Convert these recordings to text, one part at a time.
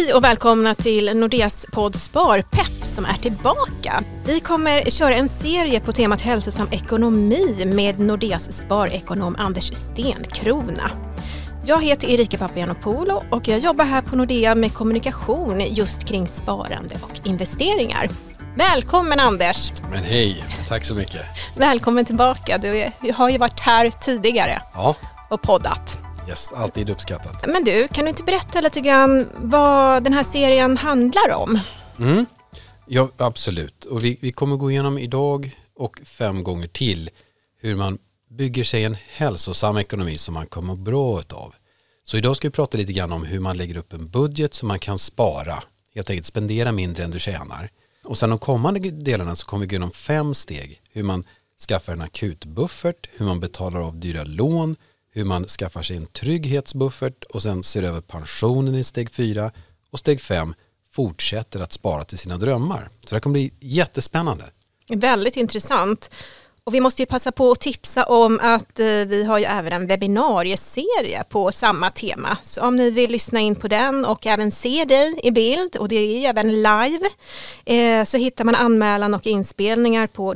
Hej och välkomna till Nordeas podd Sparpepp som är tillbaka. Vi kommer köra en serie på temat hälsosam ekonomi med Nordeas sparekonom Anders Stenkrona. Jag heter Erika Papagiannopoulou och jag jobbar här på Nordea med kommunikation just kring sparande och investeringar. Välkommen Anders! Men hej, tack så mycket. Välkommen tillbaka, du har ju varit här tidigare och poddat. Yes, alltid uppskattat. Men du, kan du inte berätta lite grann vad den här serien handlar om? Ja, absolut. Och vi kommer gå igenom idag och 5 gånger till hur man bygger sig en hälsosam ekonomi som man kommer bra av. Så idag ska vi prata lite grann om hur man lägger upp en budget som man kan spara. Helt enkelt spendera mindre än du tjänar. Och sen de kommande delarna så kommer vi gå igenom 5 steg. Hur man skaffar en akutbuffert, hur man betalar av dyra lån, hur man skaffar sig en trygghetsbuffert och sen ser över pensionen i steg 4 och steg 5 fortsätter att spara till sina drömmar. Så det kommer bli jättespännande. Väldigt intressant. Och vi måste ju passa på att tipsa om att vi har ju även en webbinarieserie på samma tema. Så om ni vill lyssna in på den och även se dig i bild, och det är ju även live, så hittar man anmälan och inspelningar på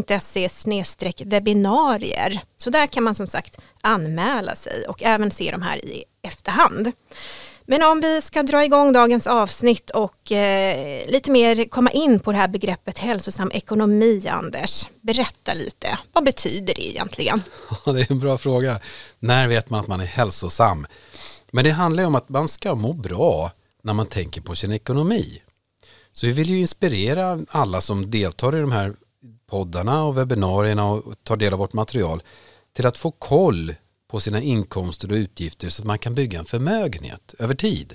nordea.se/webbinarier. Så där kan man som sagt anmäla sig och även se de här i efterhand. Men om vi ska dra igång dagens avsnitt och lite mer komma in på det här begreppet hälsosam ekonomi, Anders. Berätta lite. Vad betyder det egentligen? Ja, det är en bra fråga. När vet man att man är hälsosam? Men det handlar ju om att man ska må bra när man tänker på sin ekonomi. Så vi vill ju inspirera alla som deltar i de här poddarna och webbinarierna och tar del av vårt material till att få koll på sina inkomster och utgifter så att man kan bygga en förmögenhet över tid.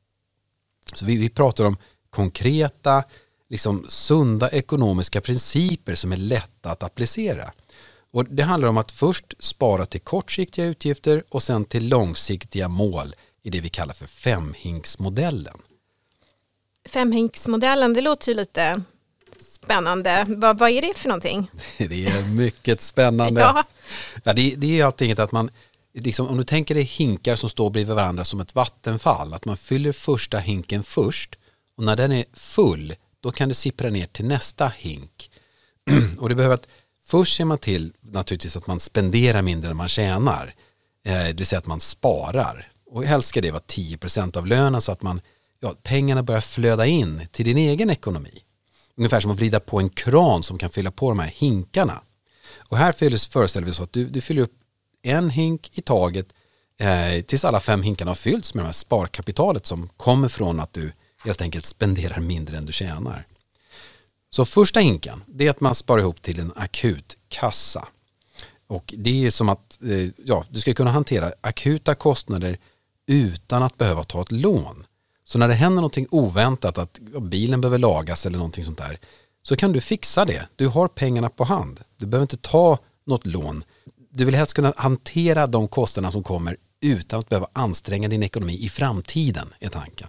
Så vi pratar om konkreta, sunda ekonomiska principer som är lätta att applicera. Och det handlar om att först spara till kortsiktiga utgifter och sen till långsiktiga mål i det vi kallar för 5-hinksmodellen. 5-hinksmodellen, det låter ju lite spännande. Vad är det för någonting? Det är mycket spännande. Ja, det är helt enkelt att man, om du tänker dig hinkar som står bredvid varandra som ett vattenfall, att man fyller första hinken först och när den är full då kan det sippra ner till nästa hink. Och det behöver att först ser man till naturligtvis att man spenderar mindre än man tjänar. Det vill säga att man sparar. Och helst ska det vara 10% av lönen så att pengarna börjar flöda in till din egen ekonomi. Ungefär som att vrida på en kran som kan fylla på de här hinkarna. Och här föreställer vi så att du fyller upp en hink i taget tills alla 5 hinkarna har fyllts med det här sparkapitalet som kommer från att du helt enkelt spenderar mindre än du tjänar. Så första hinken, det är att man sparar ihop till en akut kassa. Och det är som att du ska kunna hantera akuta kostnader utan att behöva ta ett lån. Så när det händer någonting oväntat, att bilen behöver lagas eller någonting sånt där, så kan du fixa det. Du har pengarna på hand. Du behöver inte ta något lån. Du vill helst kunna hantera de kostnader som kommer utan att behöva anstränga din ekonomi i framtiden, är tanken.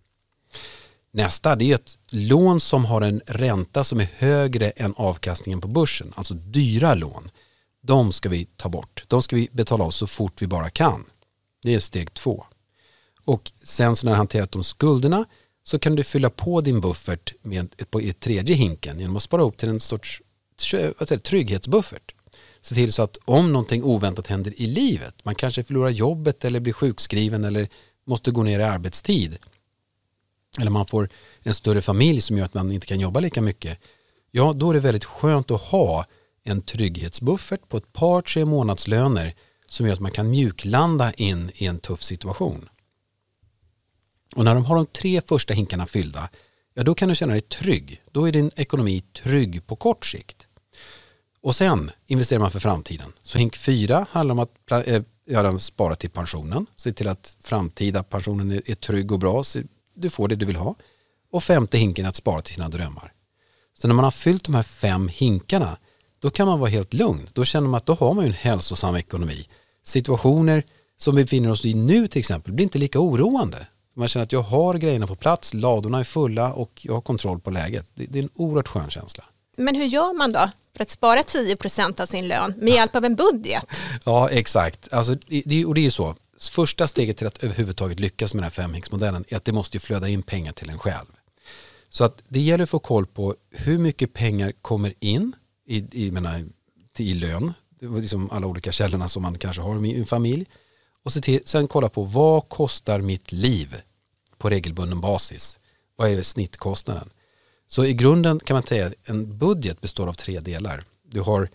Nästa, det är ett lån som har en ränta som är högre än avkastningen på börsen. Alltså dyra lån. De ska vi ta bort. De ska vi betala av så fort vi bara kan. Det är steg 2. Och sen så när du hanterat de skulderna så kan du fylla på din buffert på ett tredje hinken genom att spara upp till en sorts trygghetsbuffert. Se till så att om någonting oväntat händer i livet, man kanske förlorar jobbet eller blir sjukskriven eller måste gå ner i arbetstid, eller man får en större familj som gör att man inte kan jobba lika mycket, då är det väldigt skönt att ha en trygghetsbuffert på ett par 3 månadslöner som gör att man kan mjuklanda in i en tuff situation. Och när de har de 3 första hinkarna fyllda, då kan du känna dig trygg. Då är din ekonomi trygg på kort sikt. Och sen investerar man för framtiden. Så hink 4 handlar om att spara till pensionen. Se till att framtida pensionen är trygg och bra. Så du får det du vill ha. Och 5:e hinken är att spara till sina drömmar. Så när man har fyllt de här 5 hinkarna, då kan man vara helt lugn. Då känner man att då har man ju en hälsosam ekonomi. Situationer som vi befinner oss i nu till exempel blir inte lika oroande. Man känner att jag har grejerna på plats, ladorna är fulla och jag har kontroll på läget. Det är en oerhört skön känsla. Men hur gör man då för att spara 10% av sin lön med hjälp av en budget? Ja, exakt. Alltså, det är så. första steget till att överhuvudtaget lyckas med den här 5-hinksmodellen är att det måste ju flöda in pengar till en själv. Så att det gäller att få koll på hur mycket pengar kommer in i lön, liksom alla olika källorna som man kanske har i en familj. Och sen kolla på vad kostar mitt liv på regelbunden basis. Vad är snittkostnaden? Så i grunden kan man säga att en budget består av 3 delar. Du har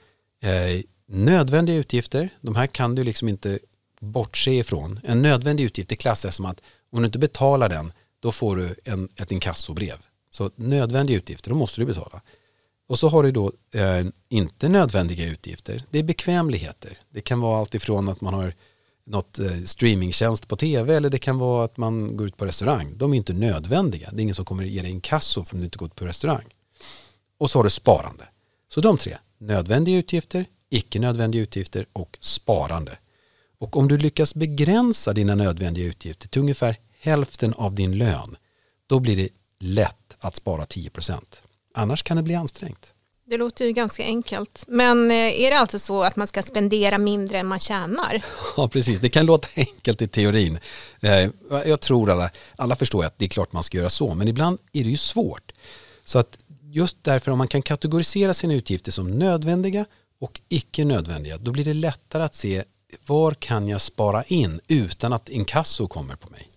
nödvändiga utgifter. De här kan du liksom inte bortse ifrån. En nödvändig utgift är klassas som att om du inte betalar den, då får du ett inkassobrev. Så nödvändiga utgifter, då måste du betala. Och så har du då inte nödvändiga utgifter. Det är bekvämligheter. Det kan vara allt ifrån att man har något streamingtjänst på tv eller det kan vara att man går ut på restaurang. De är inte nödvändiga. Det är ingen som kommer ge dig inkasso för att du inte går ut på restaurang. Och så har du sparande. Så de 3. Nödvändiga utgifter, icke nödvändiga utgifter och sparande. Och om du lyckas begränsa dina nödvändiga utgifter till ungefär hälften av din lön, då blir det lätt att spara 10%. Annars kan det bli ansträngt. Det låter ju ganska enkelt. Men är det alltså så att man ska spendera mindre än man tjänar? Ja, precis. Det kan låta enkelt i teorin. Jag tror alla förstår att det är klart man ska göra så. Men ibland är det ju svårt. Så att just därför om man kan kategorisera sina utgifter som nödvändiga och icke nödvändiga, då blir det lättare att se var kan jag spara in utan att inkasso kommer på mig.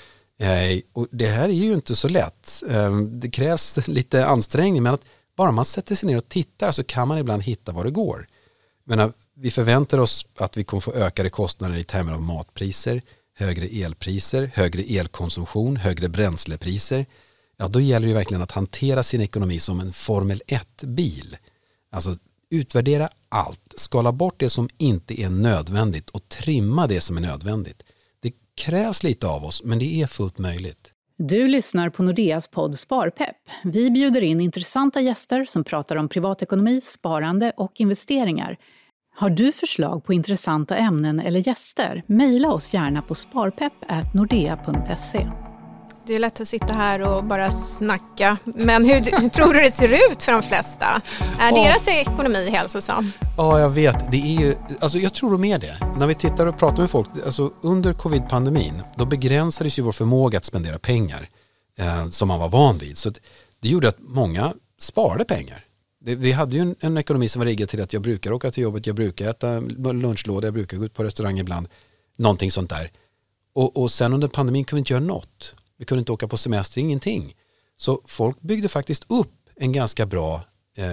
Och det här är ju inte så lätt. Det krävs lite ansträngning, men att bara man sätter sig ner och tittar så kan man ibland hitta var det går. Men vi förväntar oss att vi kommer få ökade kostnader i termer av matpriser, högre elpriser, högre elkonsumtion, högre bränslepriser. Ja, då gäller det verkligen att hantera sin ekonomi som en Formel 1-bil. Alltså utvärdera allt, skala bort det som inte är nödvändigt och trimma det som är nödvändigt. Det krävs lite av oss, men det är fullt möjligt. Du lyssnar på Nordeas podd Sparpepp. Vi bjuder in intressanta gäster som pratar om privatekonomi, sparande och investeringar. Har du förslag på intressanta ämnen eller gäster? Mejla oss gärna på sparpepp@nordea.se. Det är lätt att sitta här och bara snacka. Men hur tror du det ser ut för de flesta? Är deras ekonomi hälsosam? Ja, jag vet. Det är ju, alltså jag tror mer det. När vi tittar och pratar med folk, alltså under covid-pandemin, då begränsades ju vår förmåga att spendera pengar som man var van vid. Så det gjorde att många sparade pengar. Vi hade ju en ekonomi som var riggad till att jag brukar åka till jobbet, jag brukar äta lunchlåda, jag brukar gå ut på restaurang ibland. Någonting sånt där. Och sen under pandemin kunde vi inte göra något. Vi kunde inte åka på semester, ingenting. Så folk byggde faktiskt upp en ganska bra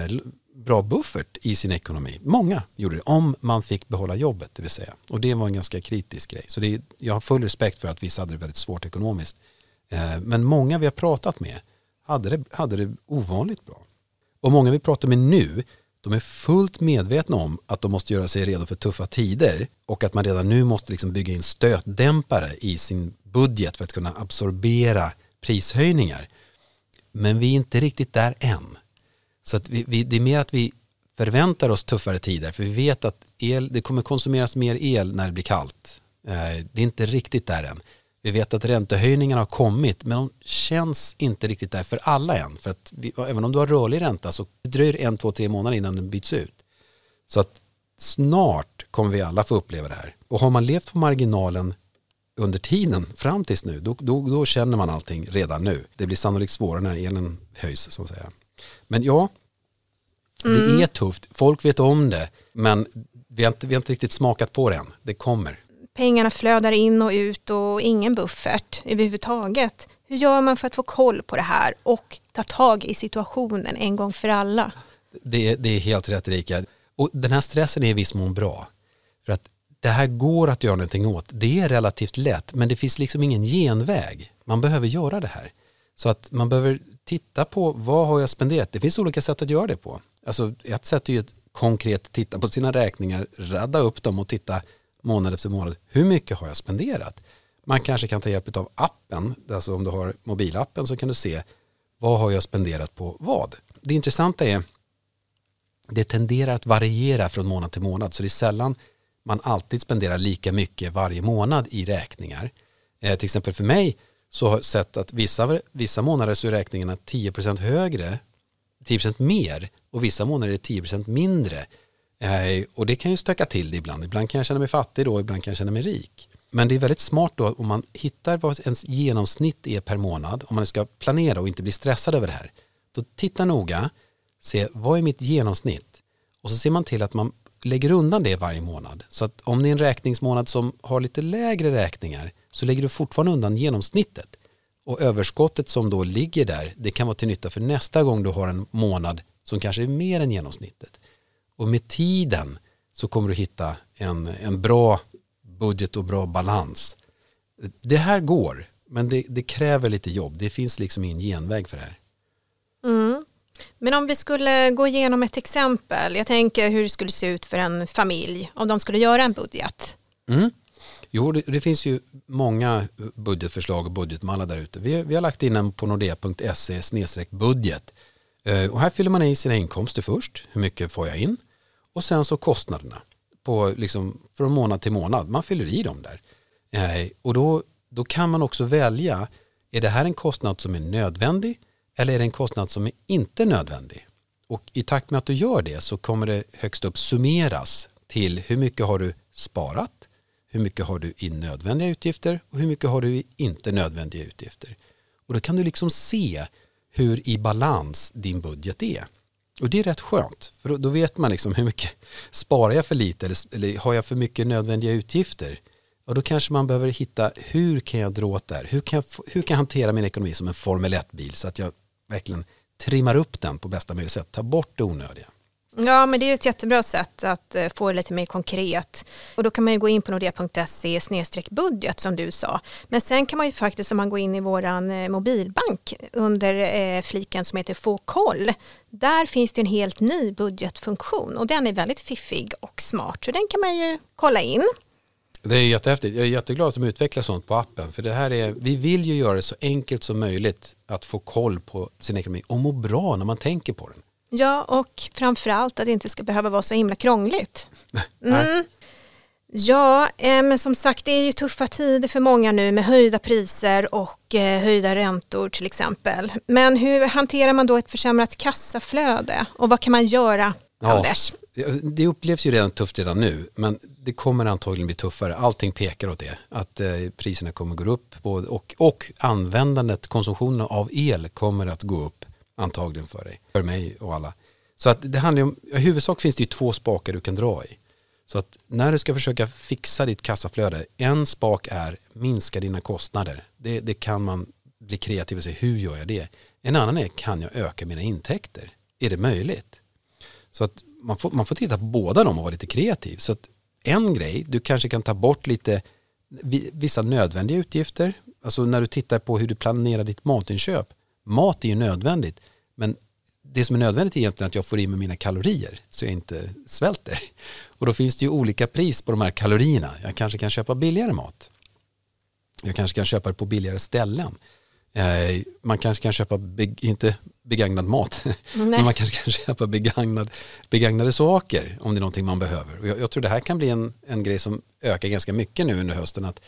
buffert i sin ekonomi. Många gjorde det, om man fick behålla jobbet, det vill säga. Och det var en ganska kritisk grej. Så jag har full respekt för att vissa hade det väldigt svårt ekonomiskt. Men många vi har pratat med hade det ovanligt bra. Och många vi pratar med nu, de är fullt medvetna om att de måste göra sig redo för tuffa tider och att man redan nu måste liksom bygga in stötdämpare i sin budget för att kunna absorbera prishöjningar. Men vi är inte riktigt där än. Så att det är mer att vi förväntar oss tuffare tider, för vi vet att det kommer konsumeras mer el när det blir kallt. Det är inte riktigt där än. Vi vet att räntehöjningarna har kommit, men de känns inte riktigt där för alla än. För att även om du har rörlig ränta så dröjer 1, 2, 3 månader innan den byts ut. Så att snart kommer vi alla få uppleva det här. Och har man levt på marginalen under tiden fram tills nu, då känner man allting redan nu. Det blir sannolikt svårare när elen höjs, så att säga. Men ja, det är tufft. Folk vet om det, men vi har inte riktigt smakat på det än. Det kommer. Pengarna flödar in och ut och ingen buffert överhuvudtaget. Hur gör man för att få koll på det här och ta tag i situationen en gång för alla? Det är helt rätt, Erika. Och den här stressen är i viss mån bra. För att det här går att göra någonting åt. Det är relativt lätt, men det finns liksom ingen genväg. Man behöver göra det här. Så att man behöver titta på vad har jag spenderat. Det finns olika sätt att göra det på. Alltså ett sätt är ju att konkret titta på sina räkningar, radda upp dem och titta månad efter månad. Hur mycket har jag spenderat? Man kanske kan ta hjälp av appen. Alltså om du har mobilappen så kan du se vad har jag spenderat på vad. Det intressanta är det tenderar att variera från månad till månad. Så det är sällan man alltid spenderar lika mycket varje månad i räkningar. Till exempel för mig så har jag sett att vissa månader så är räkningarna 10% högre, 10% mer och vissa månader är 10% mindre. Och det kan ju stöka till det ibland. Ibland kan jag känna mig fattig då, ibland kan jag känna mig rik. Men det är väldigt smart då om man hittar vad ens genomsnitt är per månad, om man ska planera och inte bli stressad över det här. Då titta noga, se vad är mitt genomsnitt och så ser man till att man lägger undan det varje månad. Så att om det är en räkningsmånad som har lite lägre räkningar så lägger du fortfarande undan genomsnittet. Och överskottet som då ligger där, det kan vara till nytta för nästa gång du har en månad som kanske är mer än genomsnittet. Och med tiden så kommer du hitta en bra budget och bra balans. Det här går, men det kräver lite jobb. Det finns liksom ingen genväg för det här. Mm. Men om vi skulle gå igenom ett exempel. Jag tänker hur det skulle se ut för en familj om de skulle göra en budget. Mm. Jo, det finns ju många budgetförslag och budgetmallar där ute. Vi har lagt in den på nordea.se/budget. Och här fyller man i sina inkomster först. Hur mycket får jag in? Och sen så kostnaderna på liksom från månad till månad. Man fyller i dem där. Och då kan man också välja, är det här en kostnad som är nödvändig eller är det en kostnad som är inte nödvändig? Och i takt med att du gör det så kommer det högst upp summeras till hur mycket har du sparat, hur mycket har du i nödvändiga utgifter och hur mycket har du i inte nödvändiga utgifter. Och då kan du liksom se hur i balans din budget är. Och det är rätt skönt, för då vet man liksom hur mycket sparar jag för lite eller har jag för mycket nödvändiga utgifter. Och då kanske man behöver hitta hur kan jag dra åt där? Hur kan jag hantera min ekonomi som en Formel 1-bil så att jag verkligen trimmar upp den på bästa möjliga sätt. Ta bort det onödiga. Ja, men det är ett jättebra sätt att få det lite mer konkret. Och då kan man ju gå in på nordea.se/budget som du sa. Men sen kan man ju faktiskt, om man går in i våran mobilbank under fliken som heter Få koll. Där finns det en helt ny budgetfunktion och den är väldigt fiffig och smart. Så den kan man ju kolla in. Det är jättehäftigt. Jag är jätteglad att de utvecklar sånt på appen. För det här vi vill ju göra det så enkelt som möjligt att få koll på sin ekonomi och må bra när man tänker på den. Ja, och framförallt att det inte ska behöva vara så himla krångligt. Mm. Ja, men som sagt det är ju tuffa tider för många nu med höjda priser och höjda räntor till exempel. Men hur hanterar man då ett försämrat kassaflöde och vad kan man göra, Anders? Det upplevs ju redan tufft redan nu, men det kommer antagligen bli tuffare. Allting pekar åt det, att priserna kommer gå upp och användandet, konsumtionen av el kommer att gå upp antagligen för dig, för mig och alla. Så att det handlar om, i huvudsak finns det ju 2 spakar du kan dra i. Så att när du ska försöka fixa ditt kassaflöde, en spak är minska dina kostnader. Det kan man bli kreativ och säga, hur gör jag det? En annan är, kan jag öka mina intäkter? Är det möjligt? Så att man får titta på båda dem och vara lite kreativ. Så att en grej, du kanske kan ta bort lite vissa nödvändiga utgifter. Alltså när du tittar på hur du planerar ditt matinköp. Mat är ju nödvändigt, men det som är nödvändigt är egentligen att jag får i mig mina kalorier så jag inte svälter. Och då finns det ju olika pris på de här kalorierna. Jag kanske kan köpa billigare mat. Jag kanske kan köpa det på billigare ställen. Man kanske kan köpa, inte begagnad mat, men man kanske kan köpa begagnade saker om det är någonting man behöver. Och jag tror det här kan bli en grej som ökar ganska mycket nu under hösten. Att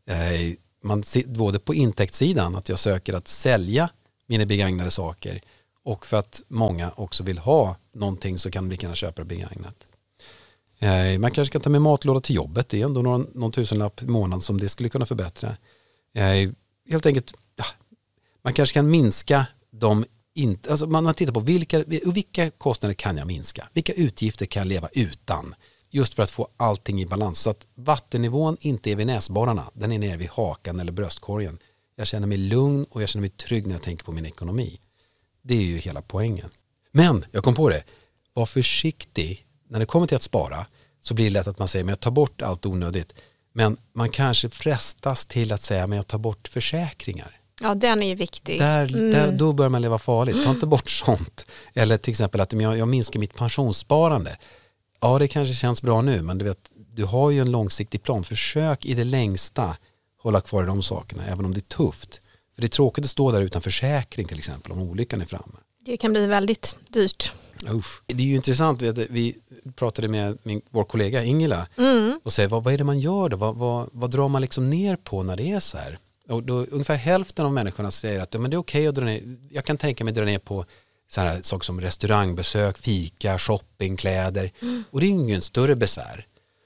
man både på intäktssidan att jag söker att sälja mina begagnade saker och för att många också vill ha någonting så kan vi kunna köpa det begagnat. Man kanske kan ta med matlåda till jobbet. Det är ändå någon tusenlapp i månaden som det skulle kunna förbättra. Helt enkelt, man kanske kan minska alltså man tittar på vilka kostnader kan jag minska? Vilka utgifter kan jag leva utan? Just för att få allting i balans. Så att vattennivån inte är vid näsborrarna. Den är nere vid hakan eller bröstkorgen. Jag känner mig lugn och jag känner mig trygg när jag tänker på min ekonomi. Det är ju hela poängen. Men jag kom på det. Var försiktig. När det kommer till att spara så blir det lätt att man säger men jag tar bort allt onödigt. Men man kanske frestas till att säga men jag tar bort försäkringar. Ja, den är ju viktig. Då börjar man leva farligt. Ta inte bort sånt. Eller till exempel att jag minskar mitt pensionssparande. Ja, det kanske känns bra nu, men du har ju en långsiktig plan. Försök i det längsta hålla kvar i de sakerna, även om det är tufft. För det är tråkigt att stå där utan försäkring till exempel, om olyckan är framme. Det kan bli väldigt dyrt. Det är ju intressant, vi pratade med vår kollega Ingela och säger, vad är det man gör då? Vad drar man liksom ner på när det är så här? Och då, ungefär hälften av människorna säger att men det är okej att dra ner. Jag kan tänka mig att dra ner på så här saker som restaurangbesök, fika, shopping, kläder. Och det är ingen större besvär.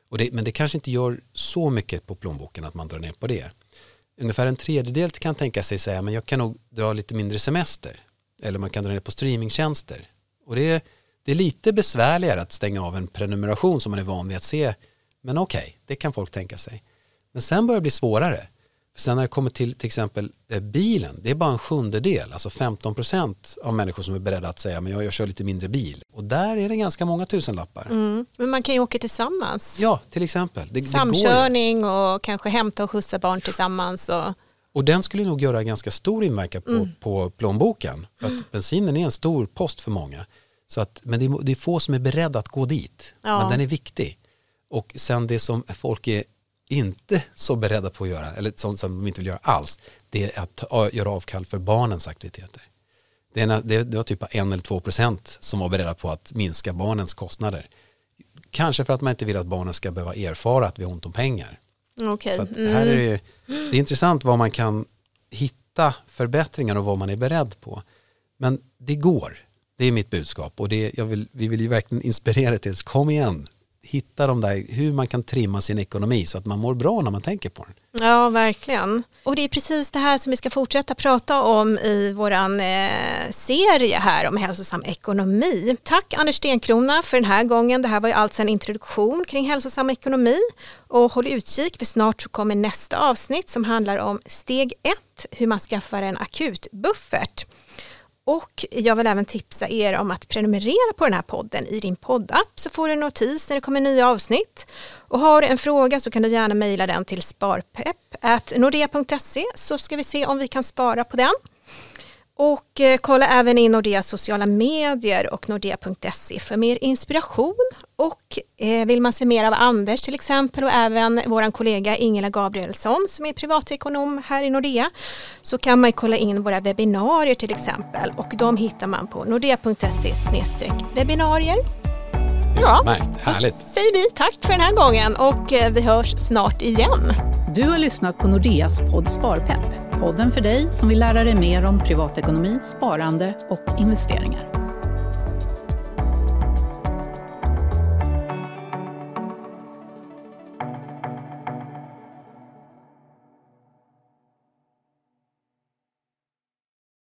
Men det kanske inte gör så mycket på plånboken att man drar ner på det. Ungefär en tredjedel kan tänka sig säga men jag kan nog dra lite mindre semester. Eller man kan dra ner på streamingtjänster. Och det är lite besvärligare att stänga av en prenumeration som man är van vid att se. Men okej, det kan folk tänka sig. Men sen börjar det bli svårare. För sen när det kommer till exempel bilen, det är bara en 1/7, alltså 15% av människor som är beredda att säga men jag kör lite mindre bil. Och där är det ganska många tusenlappar. Men man kan ju åka tillsammans. Ja, till exempel. Samkörning och kanske hämta och skjutsa barn tillsammans. Och den skulle nog göra ganska stor inverkan på plånboken. För att bensinen är en stor post för många. Men det är få som är beredda att gå dit. Ja. Men den är viktig. Och sen det som folk är inte så beredda på att göra, eller sånt som de inte vill göra alls, det är att göra avkall för barnens aktiviteter. Det var typ 1 eller 2% som var beredda på att minska barnens kostnader. Kanske för att man inte vill att barnen ska behöva erfara att vi har ont om pengar. Okay. Så att här är det är intressant vad man kan hitta förbättringar och vad man är beredd på. Men det går. Det är mitt budskap och vi vill ju verkligen inspirera till. Kom igen. Hitta de där, hur man kan trimma sin ekonomi så att man mår bra när man tänker på den. Ja, verkligen. Och det är precis det här som vi ska fortsätta prata om i våran serie här om hälsosam ekonomi. Tack Anders Stenkrona för den här gången. Det här var ju alltså en introduktion kring hälsosam ekonomi. Och håll utkik för snart så kommer nästa avsnitt som handlar om steg 1, hur man skaffar en akutbuffert. Och jag vill även tipsa er om att prenumerera på den här podden i din poddapp så får du en notis när det kommer nya avsnitt. Och har du en fråga så kan du gärna mejla den till sparpepp@nordea.se så ska vi se om vi kan spara på den. Och kolla även in Nordeas sociala medier och nordea.se för mer inspiration. Och vill man se mer av Anders till exempel och även vår kollega Ingela Gabrielsson som är privatekonom här i Nordea så kan man kolla in våra webbinarier till exempel och de hittar man på nordea.se/webbinarier. Ja, härligt. Då säger vi tack för den här gången och vi hörs snart igen. Du har lyssnat på Nordeas podd Sparpepp. Podden för dig som vill lära dig mer om privatekonomi, sparande och investeringar.